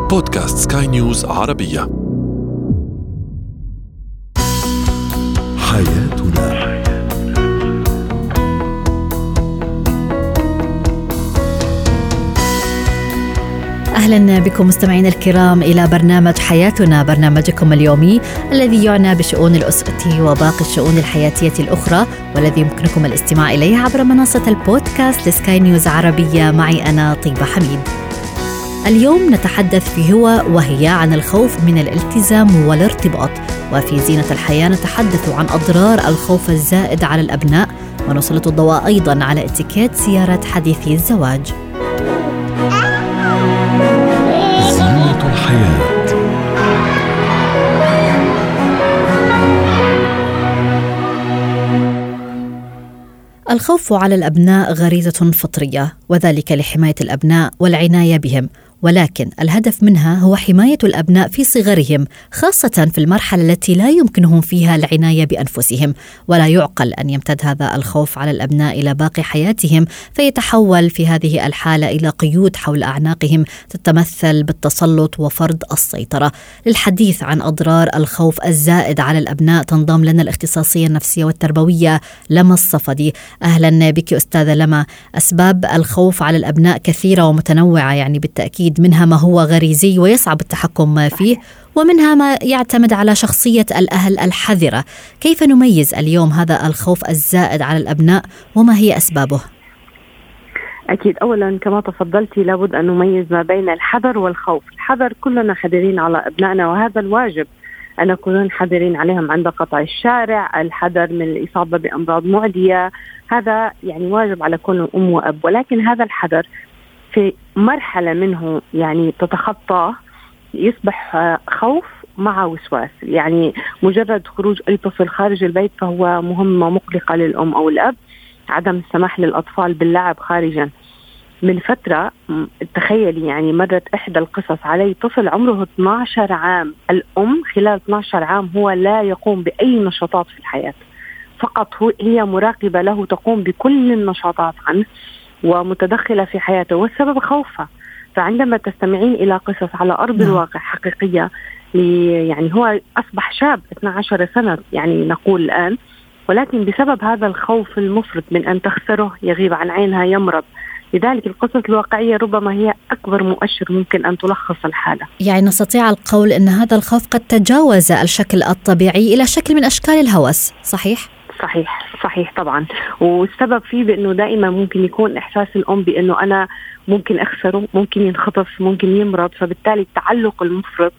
بودكاست سكاي نيوز عربية. حياتنا. أهلا بكم مستمعين الكرام إلى برنامج حياتنا، برنامجكم اليومي الذي يعنى بشؤون الأسرة وباقي الشؤون الحياتية الأخرى، والذي يمكنكم الاستماع إليه عبر منصة البودكاست لسكاي نيوز عربية. معي أنا طيبة حميد. اليوم نتحدث في هو وهي عن الخوف من الالتزام والارتباط، وفي زينة الحياة نتحدث عن أضرار الخوف الزائد على الأبناء، ونسلط الضوء أيضا على اتيكيت زيارة حديثي الزواج. زينة الحياة. الخوف على الأبناء غريزة فطرية، وذلك لحماية الأبناء والعناية بهم، ولكن الهدف منها هو حماية الأبناء في صغرهم، خاصة في المرحلة التي لا يمكنهم فيها العناية بأنفسهم. ولا يعقل أن يمتد هذا الخوف على الأبناء إلى باقي حياتهم، فيتحول في هذه الحالة إلى قيود حول أعناقهم تتمثل بالتسلط وفرض السيطرة. للحديث عن أضرار الخوف الزائد على الأبناء تنضم لنا الاختصاصية النفسية والتربوية لما الصفدي. أهلا بك أستاذة لما. أسباب الخوف على الأبناء كثيرة ومتنوعة، يعني بالتأكيد منها ما هو غريزي ويصعب التحكم فيه، ومنها ما يعتمد على شخصية الأهل الحذرة. كيف نميز اليوم هذا الخوف الزائد على الأبناء وما هي أسبابه؟ أكيد، أولا كما تفضلتي لابد أن نميز ما بين الحذر والخوف. الحذر كلنا حذرين على أبنائنا، وهذا الواجب أن نكون حذرين عليهم عند قطع الشارع، الحذر من الإصابة بأمراض معدية، هذا يعني واجب على كل أم وأب. ولكن هذا الحذر في مرحلة منه يعني تتخطاه يصبح خوف مع وسواس. يعني مجرد خروج أي طفل خارج البيت فهو مهمة مقلقة للأم أو الأب. عدم السماح للأطفال باللعب خارجا. من فترة تخيلي يعني مرت إحدى القصص علي طفل عمره 12 عام، الأم خلال 12 عام هو لا يقوم بأي نشاطات في الحياة، فقط هي مراقبة له تقوم بكل النشاطات عنه ومتدخلة في حياته، والسبب خوفها. فعندما تستمعين إلى قصص على أرض الواقع حقيقية، يعني هو أصبح شاب 12 سنة يعني نقول الآن، ولكن بسبب هذا الخوف المفرط من أن تخسره يغيب عن عينها يمرض. لذلك القصص الواقعية ربما هي أكبر مؤشر ممكن أن تلخص الحالة. يعني نستطيع القول أن هذا الخوف قد تجاوز الشكل الطبيعي إلى شكل من أشكال الهوس، صحيح؟ صحيح طبعا. والسبب فيه بأنه دائما ممكن يكون إحساس الأم بأنه أنا ممكن أخسره، ممكن ينخطف، ممكن يمرض، فبالتالي التعلق المفرط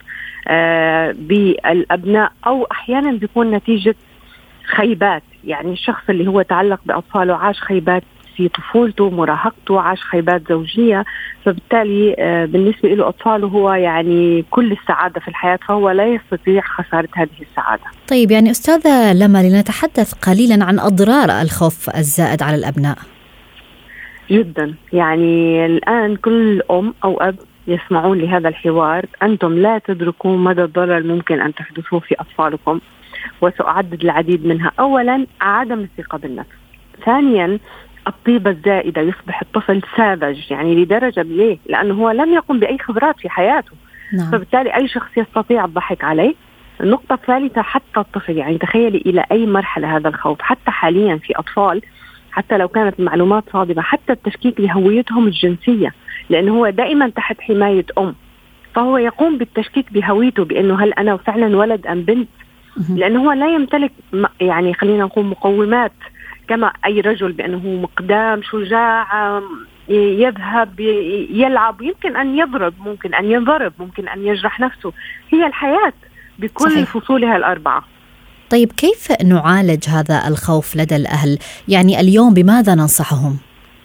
بالأبناء أو أحيانا بيكون نتيجة خيبات. يعني الشخص اللي هو تعلق بأطفاله عاش خيبات في طفولته، مراهقته، عاش خيبات زوجية، فبالتالي بالنسبة له أطفاله هو يعني كل السعادة في الحياة، فهو لا يستطيع خسارة هذه السعادة. طيب يعني أستاذة لما لنتحدث قليلا عن أضرار الخوف الزائد على الأبناء. جدا، يعني الآن كل أم أو أب يسمعون لهذا الحوار، أنتم لا تدركون مدى الضرر الممكن أن تحدثوه في أطفالكم، وسأعدد العديد منها. أولا عدم الثقة بالنفس. ثانيا الطيبة الزائدة، يصبح الطفل ساذج يعني لدرجة ليه؟ لأنه هو لم يقم بأي خبرات في حياته. نعم. فبالتالي أي شخص يستطيع الضحك عليه. النقطة الثالثة حتى الطفل، يعني تخيلي إلى أي مرحلة هذا الخوف حتى حاليا في أطفال، حتى لو كانت المعلومات صادمة، حتى التشكيك لهويتهم الجنسية، لأنه هو دائما تحت حماية أم، فهو يقوم بالتشكيك بهويته بأنه هل أنا فعلا ولد أم بنت، لأنه هو لا يمتلك يعني خلينا نقول مقومات كما أي رجل، بأنه مقدام شجاع يذهب يلعب، يمكن أن يضرب، ممكن أن ينضرب، ممكن أن يجرح نفسه. هي الحياة بكل صحيح. فصولها الأربعة. طيب كيف نعالج هذا الخوف لدى الأهل؟ يعني اليوم بماذا ننصحهم؟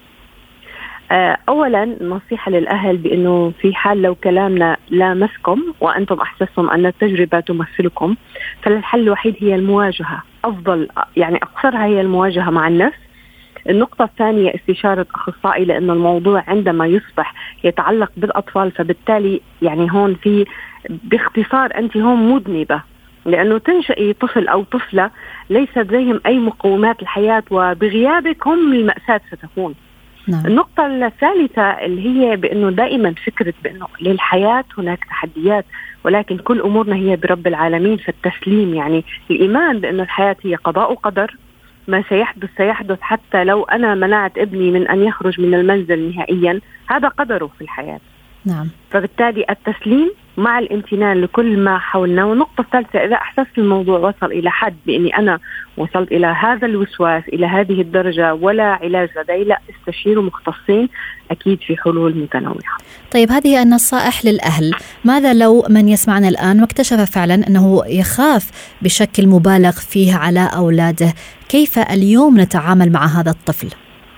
أولا نصيحة للأهل بأنه في حال لو كلامنا لامسكم وأنتم أحسستم أن التجربة تمثلكم، فالحل الوحيد هي المواجهة. أفضل يعني أقصرها هي المواجهة مع النفس. النقطة الثانية استشارة أخصائي، لأن الموضوع عندما يصبح يتعلق بالأطفال فبالتالي يعني هون في باختصار أنت هون مذنبة، لأنه تنشئي طفل أو طفلة ليست زيهم أي مقومات الحياة، وبغيابك هم المأساة ستكون. نعم. النقطة الثالثة اللي هي بأنه دائما فكرة بأنه للحياة هناك تحديات، ولكن كل أمورنا هي برب العالمين. فالتسليم يعني الإيمان بأنه الحياة هي قضاء وقدر، ما سيحدث سيحدث، حتى لو أنا منعت ابني من أن يخرج من المنزل نهائيا هذا قدره في الحياة. نعم. فبالتالي التسليم مع الامتنان لكل ما حولنا. والنقطة الثالثة، إذا أحسست الموضوع وصل إلى حد بأني أنا وصلت إلى هذا الوسواس إلى هذه الدرجة ولا علاج لدي، لا، استشيروا مختصين، أكيد في حلول متنوعة. طيب، هذه النصائح للأهل. ماذا لو من يسمعنا الآن واكتشف فعلا أنه يخاف بشكل مبالغ فيه على أولاده؟ كيف اليوم نتعامل مع هذا الطفل؟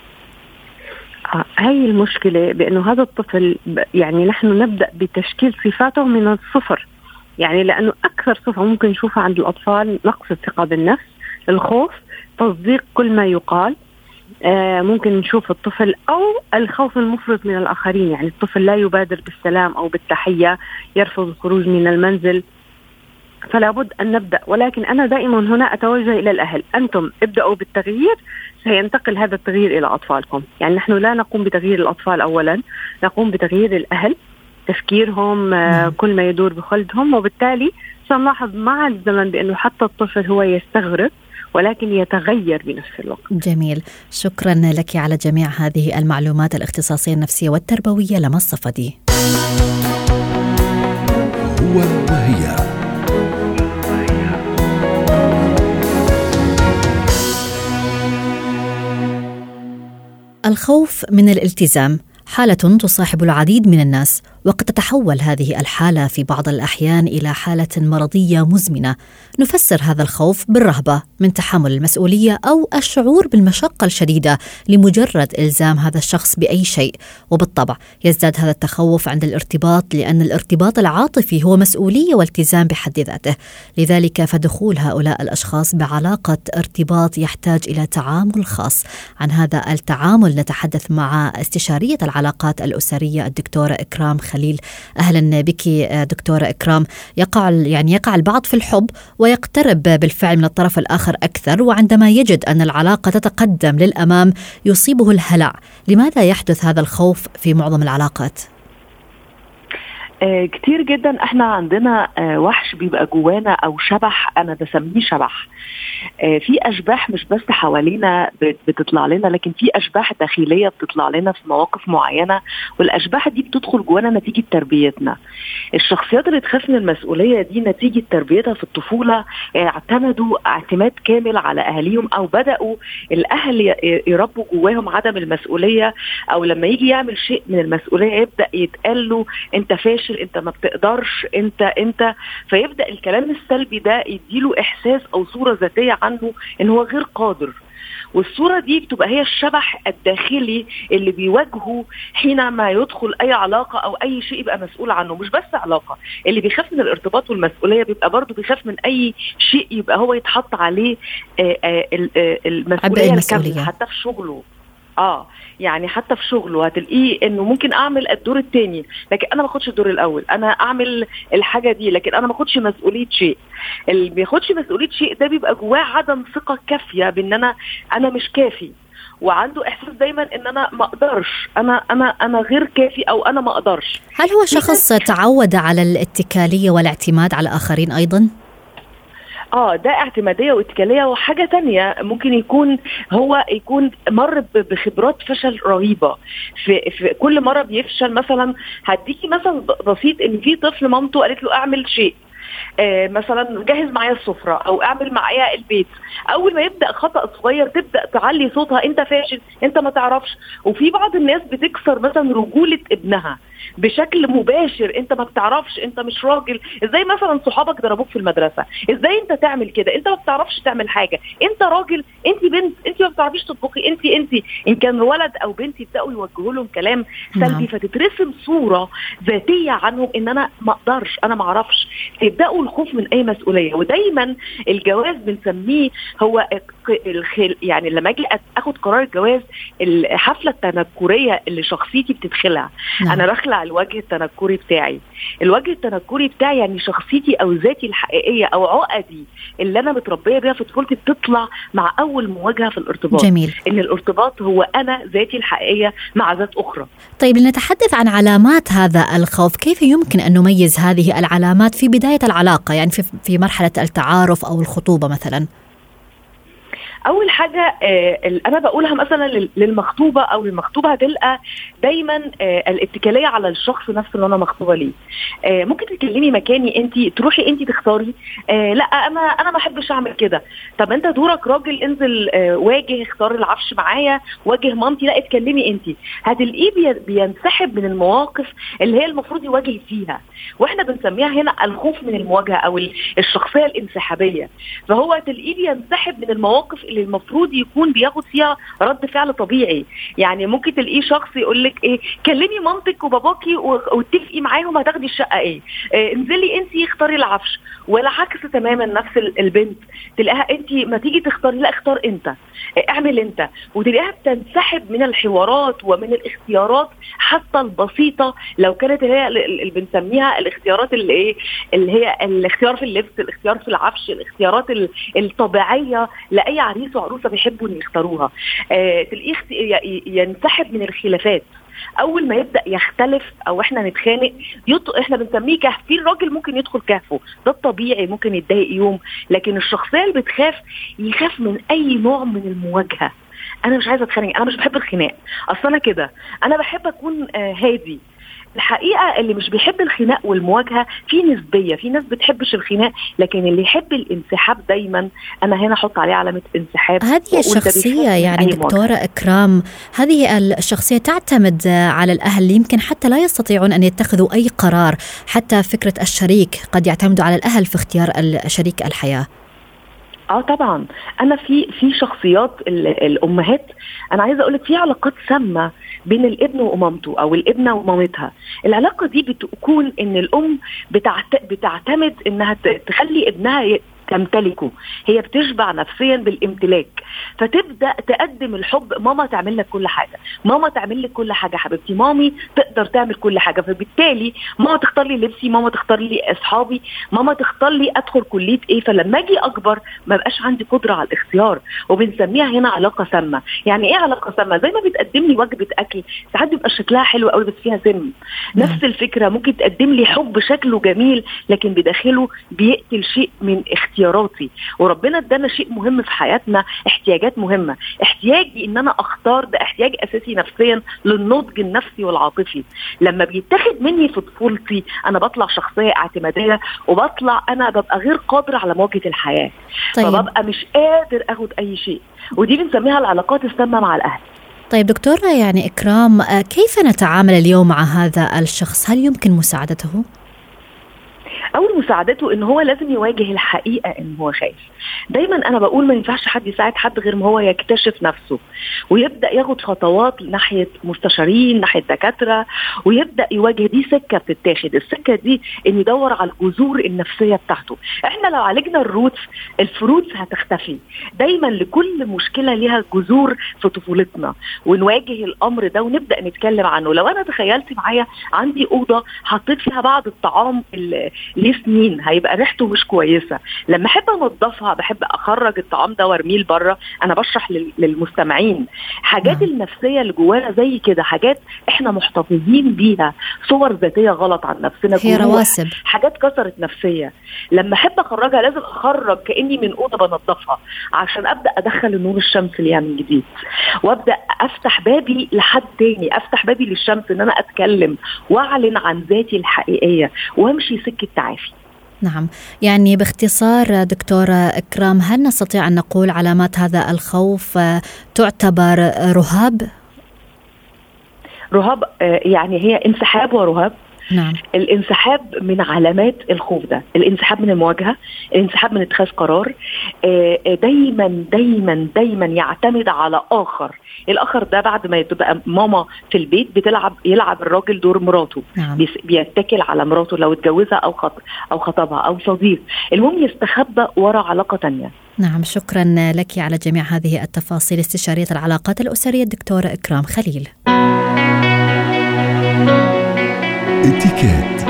هاي المشكلة، بأنه هذا الطفل يعني نحن نبدأ بتشكيل صفاته من الصفر. يعني لأنه أكثر صفة ممكن نشوفها عند الأطفال نقص الثقة بالنفس، الخوف، تصديق كل ما يقال. ممكن نشوف الطفل أو الخوف المفرط من الآخرين، يعني الطفل لا يبادر بالسلام أو بالتحية، يرفض الخروج من المنزل. فلا بد أن نبدأ، ولكن أنا دائما هنا أتوجه إلى الأهل، أنتم ابدأوا بالتغيير، سينتقل هذا التغيير إلى أطفالكم. يعني نحن لا نقوم بتغيير الأطفال أولا، نقوم بتغيير الأهل، تفكيرهم، كل ما يدور بخلدهم. وبالتالي سنلاحظ مع الزمن بأنه حتى الطفل هو يستغرب ولكن يتغير بنفس الوقت. جميل، شكرا لك على جميع هذه المعلومات الاختصاصية النفسية والتربوية لما الصفدي. هو وهي. الخوف من الالتزام حالة تصاحب العديد من الناس، وقد تتحول هذه الحالة في بعض الأحيان إلى حالة مرضية مزمنة. نفسر هذا الخوف بالرهبة من تحمل المسؤولية أو الشعور بالمشقة الشديدة لمجرد إلزام هذا الشخص بأي شيء. وبالطبع يزداد هذا التخوف عند الارتباط، لأن الارتباط العاطفي هو مسؤولية والتزام بحد ذاته. لذلك فدخول هؤلاء الأشخاص بعلاقة ارتباط يحتاج إلى تعامل خاص. عن هذا التعامل نتحدث مع استشارية العلاقات الأسرية الدكتورة إكرام خليل. أهلا بك دكتورة إكرام. يقع البعض في الحب ويقترب بالفعل من الطرف الآخر أكثر، وعندما يجد أن العلاقة تتقدم للأمام يصيبه الهلع. لماذا يحدث هذا الخوف في معظم العلاقات؟ كتير جدا احنا عندنا وحش بيبقى جوانا او شبح، انا بسميه شبح. في اشباح مش بس حوالينا بتطلع لنا، لكن في اشباح داخلية بتطلع لنا في مواقف معينة، والاشباح دي بتدخل جوانا نتيجة تربيتنا. الشخصيات اللي تخاف من المسؤولية دي نتيجة تربيتها في الطفولة اعتمدوا اعتماد كامل على اهاليهم، او بدأوا الاهل يربوا جواهم عدم المسؤولية، او لما يجي يعمل شيء من المسؤولية يبدأ يتقال له انت فاشل، انت ما بتقدرش، انت فيبدأ الكلام السلبي ده يديله احساس او صورة ذاتية عنه ان هو غير قادر. والصورة دي بتبقى هي الشبح الداخلي اللي بيواجهه حينما يدخل اي علاقة او اي شيء يبقى مسؤول عنه. مش بس علاقة، اللي بيخاف من الارتباط والمسؤولية بيبقى برضو بيخاف من اي شيء يبقى هو يتحط عليه المسؤولية الكاملة. حتى في شغله، يعني حتى في شغله هتلاقيه انه ممكن اعمل الدور الثاني لكن انا ما اخدش الدور الاول، انا اعمل الحاجه دي لكن انا ما اخدش مسؤوليه شيء. اللي بياخدش مسؤوليه شيء ده بيبقى جواه عدم ثقه كافيه بان انا مش كافي، وعنده احساس دايما ان انا ما اقدرش، انا غير كافي او انا ما اقدرش. هل هو شخص تعود على الاتكاليه والاعتماد على الاخرين ايضا؟ ده اعتمادية واتكالية. وحاجة تانية ممكن يكون مر بخبرات فشل رهيبة، في كل مرة بيفشل. مثلا هديكي مثلا بسيط، ان في طفل مامته قالت له اعمل شيء، مثلا جهز معايا السفرة او اعمل معايا البيت، اول ما يبدأ خطأ صغير تبدأ تعلي صوتها انت فاشل، انت ما تعرفش. وفي بعض الناس بتكسر مثلا رجولة ابنها بشكل مباشر، انت ما بتعرفش، انت مش راجل. ازاي مثلا صحابك ضربوك في المدرسة، ازاي انت تعمل كده، انت ما بتعرفش تعمل حاجة، انت راجل، انت بنت، انت ما بتعرفيش تطبخي، انت ان كان ولد او بنت يبداوا يوجهوا لهم كلام سلبي، فتترسم صورة ذاتية عنهم ان انا ما اقدرش، انا ما اعرفش. يبداوا الخوف من اي مسؤولية. ودايما الجواز بنسميه هو يعني لما اجي اخد قرار الجواز، الحفله التنكريه اللي شخصيتي بتدخلها. انا بخلع الوجه التنكري بتاعي. الوجه التنكري بتاعي يعني شخصيتي او ذاتي الحقيقيه او عقدي اللي انا متربيه بيها في طفولتي بتطلع مع اول مواجهه في الارتباط. جميل. ان الارتباط هو انا ذاتي الحقيقيه مع ذات اخرى. طيب لنتحدث عن علامات هذا الخوف. كيف يمكن ان نميز هذه العلامات في بدايه العلاقه، يعني في مرحله التعارف او الخطوبه مثلا؟ اول حاجه انا بقولها مثلا للمخطوبه او للمخطوبه، هتلقى دايما الاتكاليه على الشخص نفسه اللي انا مخطوبه ليه. ممكن تكلمي مكاني، انت تروحي انت تختاري. لا انا ما احبش اعمل كده. طب انت دورك راجل، انزل واجه، اختار العفش معايا، واجه مامتي. لا اتكلمي انت. هتلاقيه بينسحب من المواقف اللي هي المفروض يواجه فيها، واحنا بنسميها هنا الخوف من المواجهه او الشخصيه الانسحابيه. فهو تلاقيه بينسحب من المواقف اللي المفروض يكون بياخد فيها رد فعل طبيعي. يعني ممكن تلاقيه شخص يقول لك ايه، كلمي مامتك وباباكي واتفقي معاهم هتاخدي الشقه ايه، انزلي انت اختاري العفش. ولا عكس تماما، نفس البنت تلاقيها انت ما تيجي تختاري، لا اختار انت، اعمل انت. وتلاقيها بتنسحب من الحوارات ومن الاختيارات حتى البسيطه، لو كانت هي اللي بنسميها الاختيارات اللي هي الاختيار في اللبس، الاختيار في العفش، الاختيارات الطبيعيه لاي عريس وعروسه بيحبوا ان يختاروها. تلاقيه ينسحب من الخلافات. اول ما يبدا يختلف او احنا نتخانق، احنا بنسميه كهف. في الراجل ممكن يدخل كهفه، ده الطبيعي، ممكن يتضايق يوم. لكن الشخصيه اللي بتخاف يخاف من اي نوع من المواجهه. انا مش عايزه اتخانق، انا مش بحب الخناق، اصل انا كده، انا بحب اكون هادي. الحقيقه اللي مش بيحب الخناق والمواجهه في نسبيه، في ناس بتحبش الخناق، لكن اللي يحب الانسحاب دايما انا هنا احط عليه علامه انسحاب. هذه الشخصيه يعني دكتوره اكرام، هذه الشخصيه تعتمد على الاهل، يمكن حتى لا يستطيعون ان يتخذوا اي قرار. حتى فكره الشريك قد يعتمدوا على الاهل في اختيار شريك الحياه. طبعا انا في شخصيات الامهات، انا عايزه اقول لك في علاقات سامه بين الابن ومامته او الابنه ومامتها. العلاقه دي بتكون ان الام بتعتمد انها تخلي ابنها تمتلكه، هي بتشبع نفسيا بالامتلاك، فتبدا تقدم الحب. ماما تعمل لك كل حاجه، ماما تعمل لك كل حاجه حبيبتي، مامي تقدر تعمل كل حاجه. فبالتالي ماما تختار لي لبسي، ماما تختار لي اصحابي، ماما تختار لي ادخل كليه ايه. فلما اجي اكبر ما بقاش عندي قدره على الاختيار، وبنسميها هنا علاقه سامه. يعني ايه علاقه سامه؟ زي ما بتقدم لي وجبه اكل ساعات بيبقى شكلها حلو قوي بس فيها سم. نفس الفكره، ممكن تقدم لي حب شكله جميل لكن بداخله بيقتل شيء من اختياراتي. وربنا ادانا شيء مهم في حياتنا، احتياجات مهمه. احتياجي ان انا اختار ده احتياج اساسي نفسيا للنضج النفسي والعاطفي. لما بيتاخد مني في طفولتي انا بطلع شخصيه اعتماديه، وبطلع انا ببقى غير قادره على مواجهه الحياه. طيب. فببقى مش قادر اخد اي شيء، ودي بنسميها العلاقات السامه مع الاهل. طيب دكتوره يعني اكرام، كيف نتعامل اليوم مع هذا الشخص؟ هل يمكن مساعدته؟ أول مساعدته إن هو لازم يواجه الحقيقة إن هو خايف. دايما أنا بقول ما ينفعش حد يساعد حد غير ما هو يكتشف نفسه، ويبدأ ياخد خطوات ناحية مستشارين، ناحية دكاترة، ويبدأ يواجه. دي سكة بتتاخد، السكة دي إن يدور على الجذور النفسية بتاعته. إحنا لو عالجنا الفروتس هتختفي. دايما لكل مشكلة ليها جذور في طفولتنا، ونواجه الأمر ده ونبدأ نتكلم عنه. لو أنا تخيلت معايا عندي أوضة حطيت فيها بعض الطعام ليه سنين، هيبقى ريحته مش كويسه. لما احب انضفها بحب اخرج الطعام ده وارميه لبره. انا بشرح للمستمعين حاجات النفسيه اللي جوانا زي كده، حاجات احنا محتفظين بيها، صور ذاتيه غلط عن نفسنا، هي رواسب، حاجات كسرت نفسيه. لما احب اخرجها لازم اخرج كاني من اوضه بنضفها عشان ابدا ادخل النور الشمس ليها من جديد، وابدا افتح بابي لحد تاني، افتح بابي للشمس ان انا اتكلم واعلن عن ذاتي الحقيقيه وامشي سكه تعافي. نعم، يعني باختصار دكتورة إكرام، هل نستطيع أن نقول علامات هذا الخوف تعتبر رهاب؟ رهاب يعني هي انسحاب ورهاب. نعم. الانسحاب من علامات الخوف ده، الانسحاب من المواجهة، الانسحاب من اتخاذ قرار. دايما دايما دايما يعتمد على آخر. الآخر ده بعد ما تبقى ماما في البيت يلعب الراجل دور مراته. نعم. بيتكل على مراته لو اتجوزها أو خطبها أو صديق. المهم يستخبى ورا علاقة تانية. نعم، شكرا لك على جميع هذه التفاصيل. استشارية العلاقات الأسرية الدكتورة إكرام خليل. اتكات.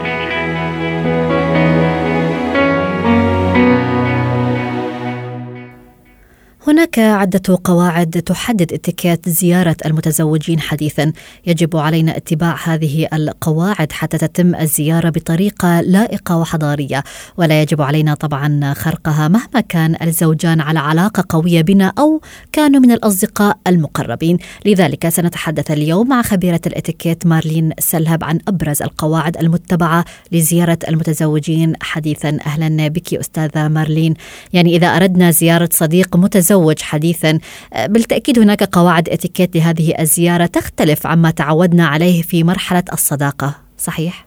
هناك عدة قواعد تحدد اتكات زيارة المتزوجين حديثا. يجب علينا اتباع هذه القواعد حتى تتم الزيارة بطريقة لائقة وحضارية، ولا يجب علينا طبعا خرقها مهما كان الزوجان على علاقة قوية بنا أو كانوا من الأصدقاء المقربين. لذلك سنتحدث اليوم مع خبيرة الاتيكيت مارلين سلهب عن أبرز القواعد المتبعة لزيارة المتزوجين حديثا. أهلا بك أستاذة مارلين. يعني إذا أردنا زيارة صديق متزوج حديثا، بالتأكيد هناك قواعد اتيكيت لهذه الزيارة تختلف عما تعودنا عليه في مرحلة الصداقة، صحيح؟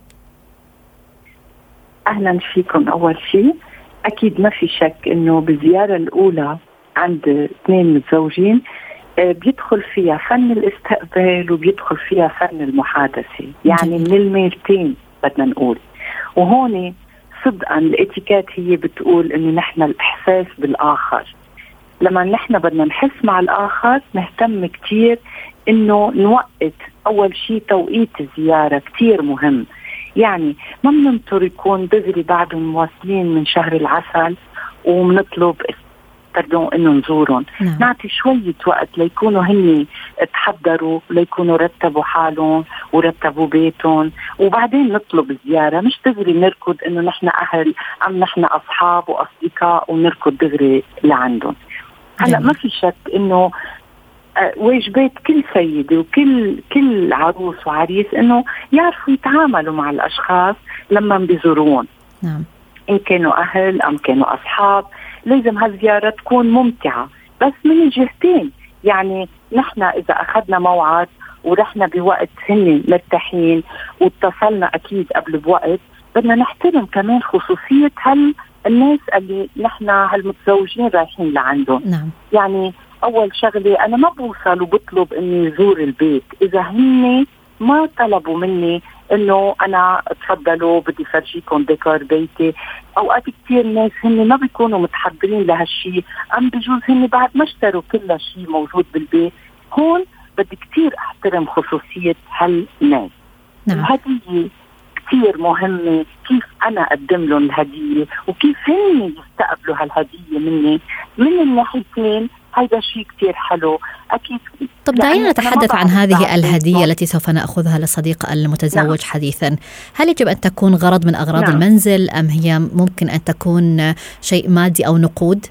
أهلا فيكم. أول شيء أكيد ما في شك أنه بالزيارة الأولى عند اثنين متزوجين بيدخل فيها فن الاستقبال وبيدخل فيها فن المحادثة، يعني من الميلتين بدنا نقول. وهون صدقا الاتيكيت هي بتقول أنه نحن الإحساس بالآخر. لما نحن بدنا نحس مع الآخر نهتم كتير إنه نوقت. أول شيء توقيت الزيارة كتير مهم، يعني ما بننطر يكون دغري بعدهم مواصلين من شهر العسل ومنطلب إنه نزورهم. نعطي شوية وقت ليكونوا هني تحضروا، ليكونوا رتبوا حالهم ورتبوا بيتهم، وبعدين نطلب الزيارة. مش دغري نركض إنه نحن أهل نحن أصحاب وأصدقاء ونركض دغري لعندهم. هلا ما في شك انه واجبات كل سيدة وكل عروس وعريس انه يعرفوا يتعاملوا مع الاشخاص لما بيزورون. نعم. ان كانوا اهل ام كانوا اصحاب، لازم هالزيارة تكون ممتعة بس من الجهتين. يعني نحن اذا اخذنا موعد ورحنا بوقت هن مرتاحين واتصلنا اكيد قبل بوقت، بدنا نحترم كمان خصوصية الناس اللي نحن هالمتزوجين رايحين لعندهم. نعم. يعني أول شغلة أنا ما بوصل وبطلب إني زور البيت إذا هني ما طلبوا مني إنه أنا تفضلوا بدي فرجيكم ديكور بيتي. أوقات كتير ناس هني ما بيكونوا متحضرين لهالشي، أم بجوز هني بعد ما اشتروا كل شيء موجود بالبيت. هون بدي كتير أحترم خصوصية هالناس. نعم. الهدية كتير مهمة، كيف أنا أقدم لهم الهدية وكيف هم يستقبلوا هالهدية مني من الناحيتين. هذا شيء كتير حلو أكيد. طب دعينا نتحدث عن هذه الهدية التي سوف نأخذها لصديق المتزوج. نعم. حديثا، هل يجب أن تكون غرض من أغراض نعم. المنزل، أم هي ممكن أن تكون شيء مادي أو نقود؟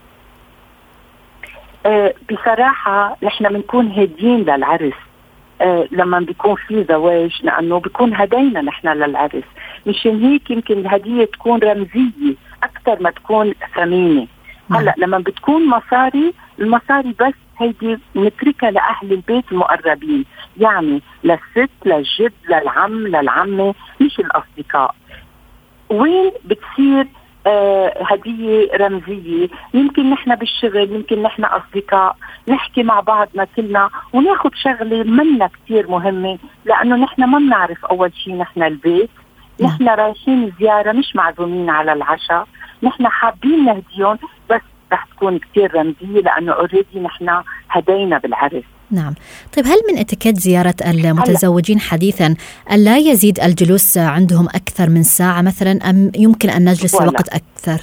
بصراحة نحن بنكون هادين للعرس لما بيكون في زواج، لأنه بيكون هدينا نحن للعرس. مشان هيك يمكن الهدية تكون رمزية أكثر ما تكون ثمينة. هلأ لما بتكون مصاري، المصاري بس هيدي نتركها لأهل البيت المقربين، يعني للست للجد للعم للعمة، مش الأصدقاء. وين بتصير هدية رمزية؟ يمكن نحن بالشغل، يمكن نحن أصدقاء نحكي مع بعضنا كلنا وناخد شغلة منا كتير مهمة، لأنه نحن ما بنعرف أول شيء نحن البيت، نحن رايحين زيارة مش معزومين على العشاء، نحن حابين نهديهم بس رح تكون كتير رمزية لأنه أوريدي نحن هدينا بالعرس. نعم. طيب هل من اتيكيت زيارة المتزوجين حديثا أن لا يزيد الجلوس عندهم أكثر من ساعة مثلا، أم يمكن أن نجلس لوقت أكثر؟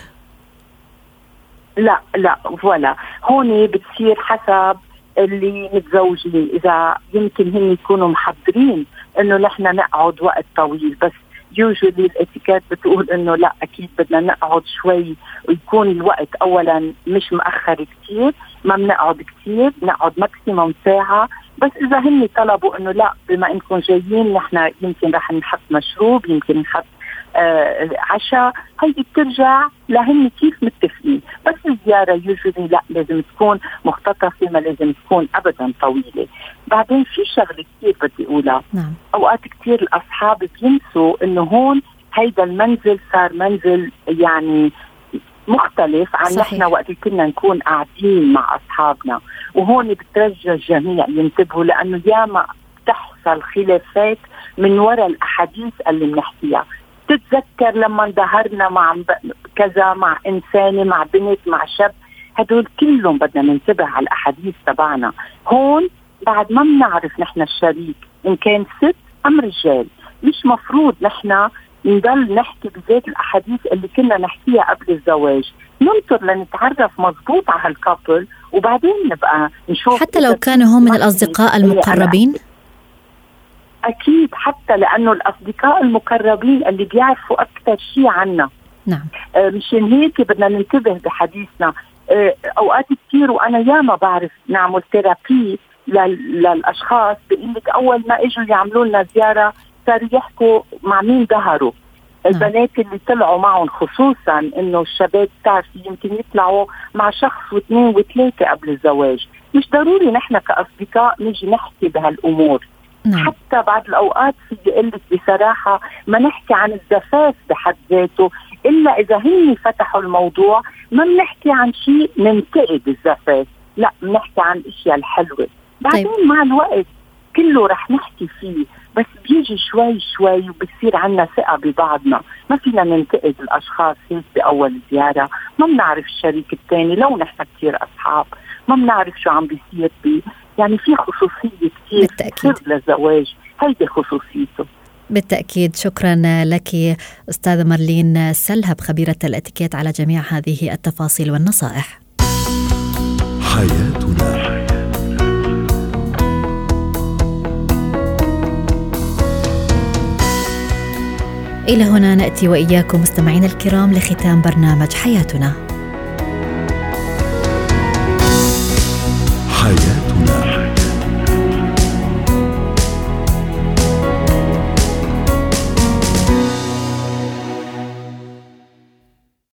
لا ولا هون بتصير حسب اللي متزوجين. إذا يمكن هم يكونوا محضرين إنه نحن نقعد وقت طويل، بس يوجولي الاتيكيت بتقول إنه لا أكيد بدنا نقعد شوي ويكون الوقت أولا مش مأخر كتير، ما بنقعد كتير، نقعد ماكسيموم ساعة. بس إذا هم طلبوا إنه لا بما إنكم جايين نحن يمكن رح نحط مشروب، يمكن نحط عشاء، هيدي بترجع لهم كيف متفقين. بس الزيارة يوجولي لا لازم تكون مختطفة، ما لازم تكون أبدا طويلة. بعدين في شغلة كتير بدي أقولها. نعم. أوقات كتير الأصحاب بينسوا إنه هون هيدا المنزل صار منزل يعني مختلف عن نحن وقت كنا نكون قاعدين مع أصحابنا. وهون بترجى الجميع ينتبهوا، لأنه ياما تحصل خلافات من وراء الأحاديث اللي بنحكيها. تتذكر لما انظهرنا مع كذا، مع إنسانة، مع بنت، مع شاب، هدول كلهم بدنا ننتبه على الأحاديث تبعنا. هون بعد ما بنعرف نحن الشريك إن كان ست أم رجال، مش مفروض نحن نضل نحكي بذات الأحاديث اللي كنا نحكيها قبل الزواج. ننطر لنتعرف مزبوط على هالكابل وبعدين نبقى نشوف. حتى لو كانوا هم من الأصدقاء المقربين؟ أكيد، حتى لأنه الأصدقاء المقربين اللي بيعرفوا أكثر شيء عنا. نعم. مشان هيك بدنا ننتبه بحديثنا. أوقات كتير وأنا ياما بعرف نعمل ثيرابي للأشخاص بيقولك أول ما إجوا يعملوا لنا زيارة صاروا يحكوا مع مين ظهروا. البنات اللي طلعوا معهم خصوصا إنه الشباب تعرفي يمكن يطلعوا مع شخص واثنين وثلاثة قبل الزواج. مش ضروري نحن كأصدقاء نيجي نحكي بهالأمور. نعم. حتى بعض الأوقات في قلت بصراحة ما نحكي عن الزفاف بحد ذاته إلا إذا هني فتحوا الموضوع. ما بنحكي عن شيء ننتقد الزفاف، لا بنحكي عن الأشياء الحلوة. بعدين طيب. مع الوقت كله رح نحكي فيه، بس بيجي شوي شوي وبصير عنا ثقة ببعضنا. ما فينا ننتقد الأشخاص هيك بأول زيارة. ما بنعرف الشريك الثاني لو نحن كتير أصحاب، ما بنعرف شو عم بيصير يعني في خصوصية كتير للزواج، هيدي خصوصيته. بالتأكيد. شكرا لك أستاذة مارلين سلهب، خبيرة الاتيكيت، على جميع هذه التفاصيل والنصائح. حياتنا. إلى هنا نأتي وإياكم مستمعين الكرام لختام برنامج حياتنا. حياتنا.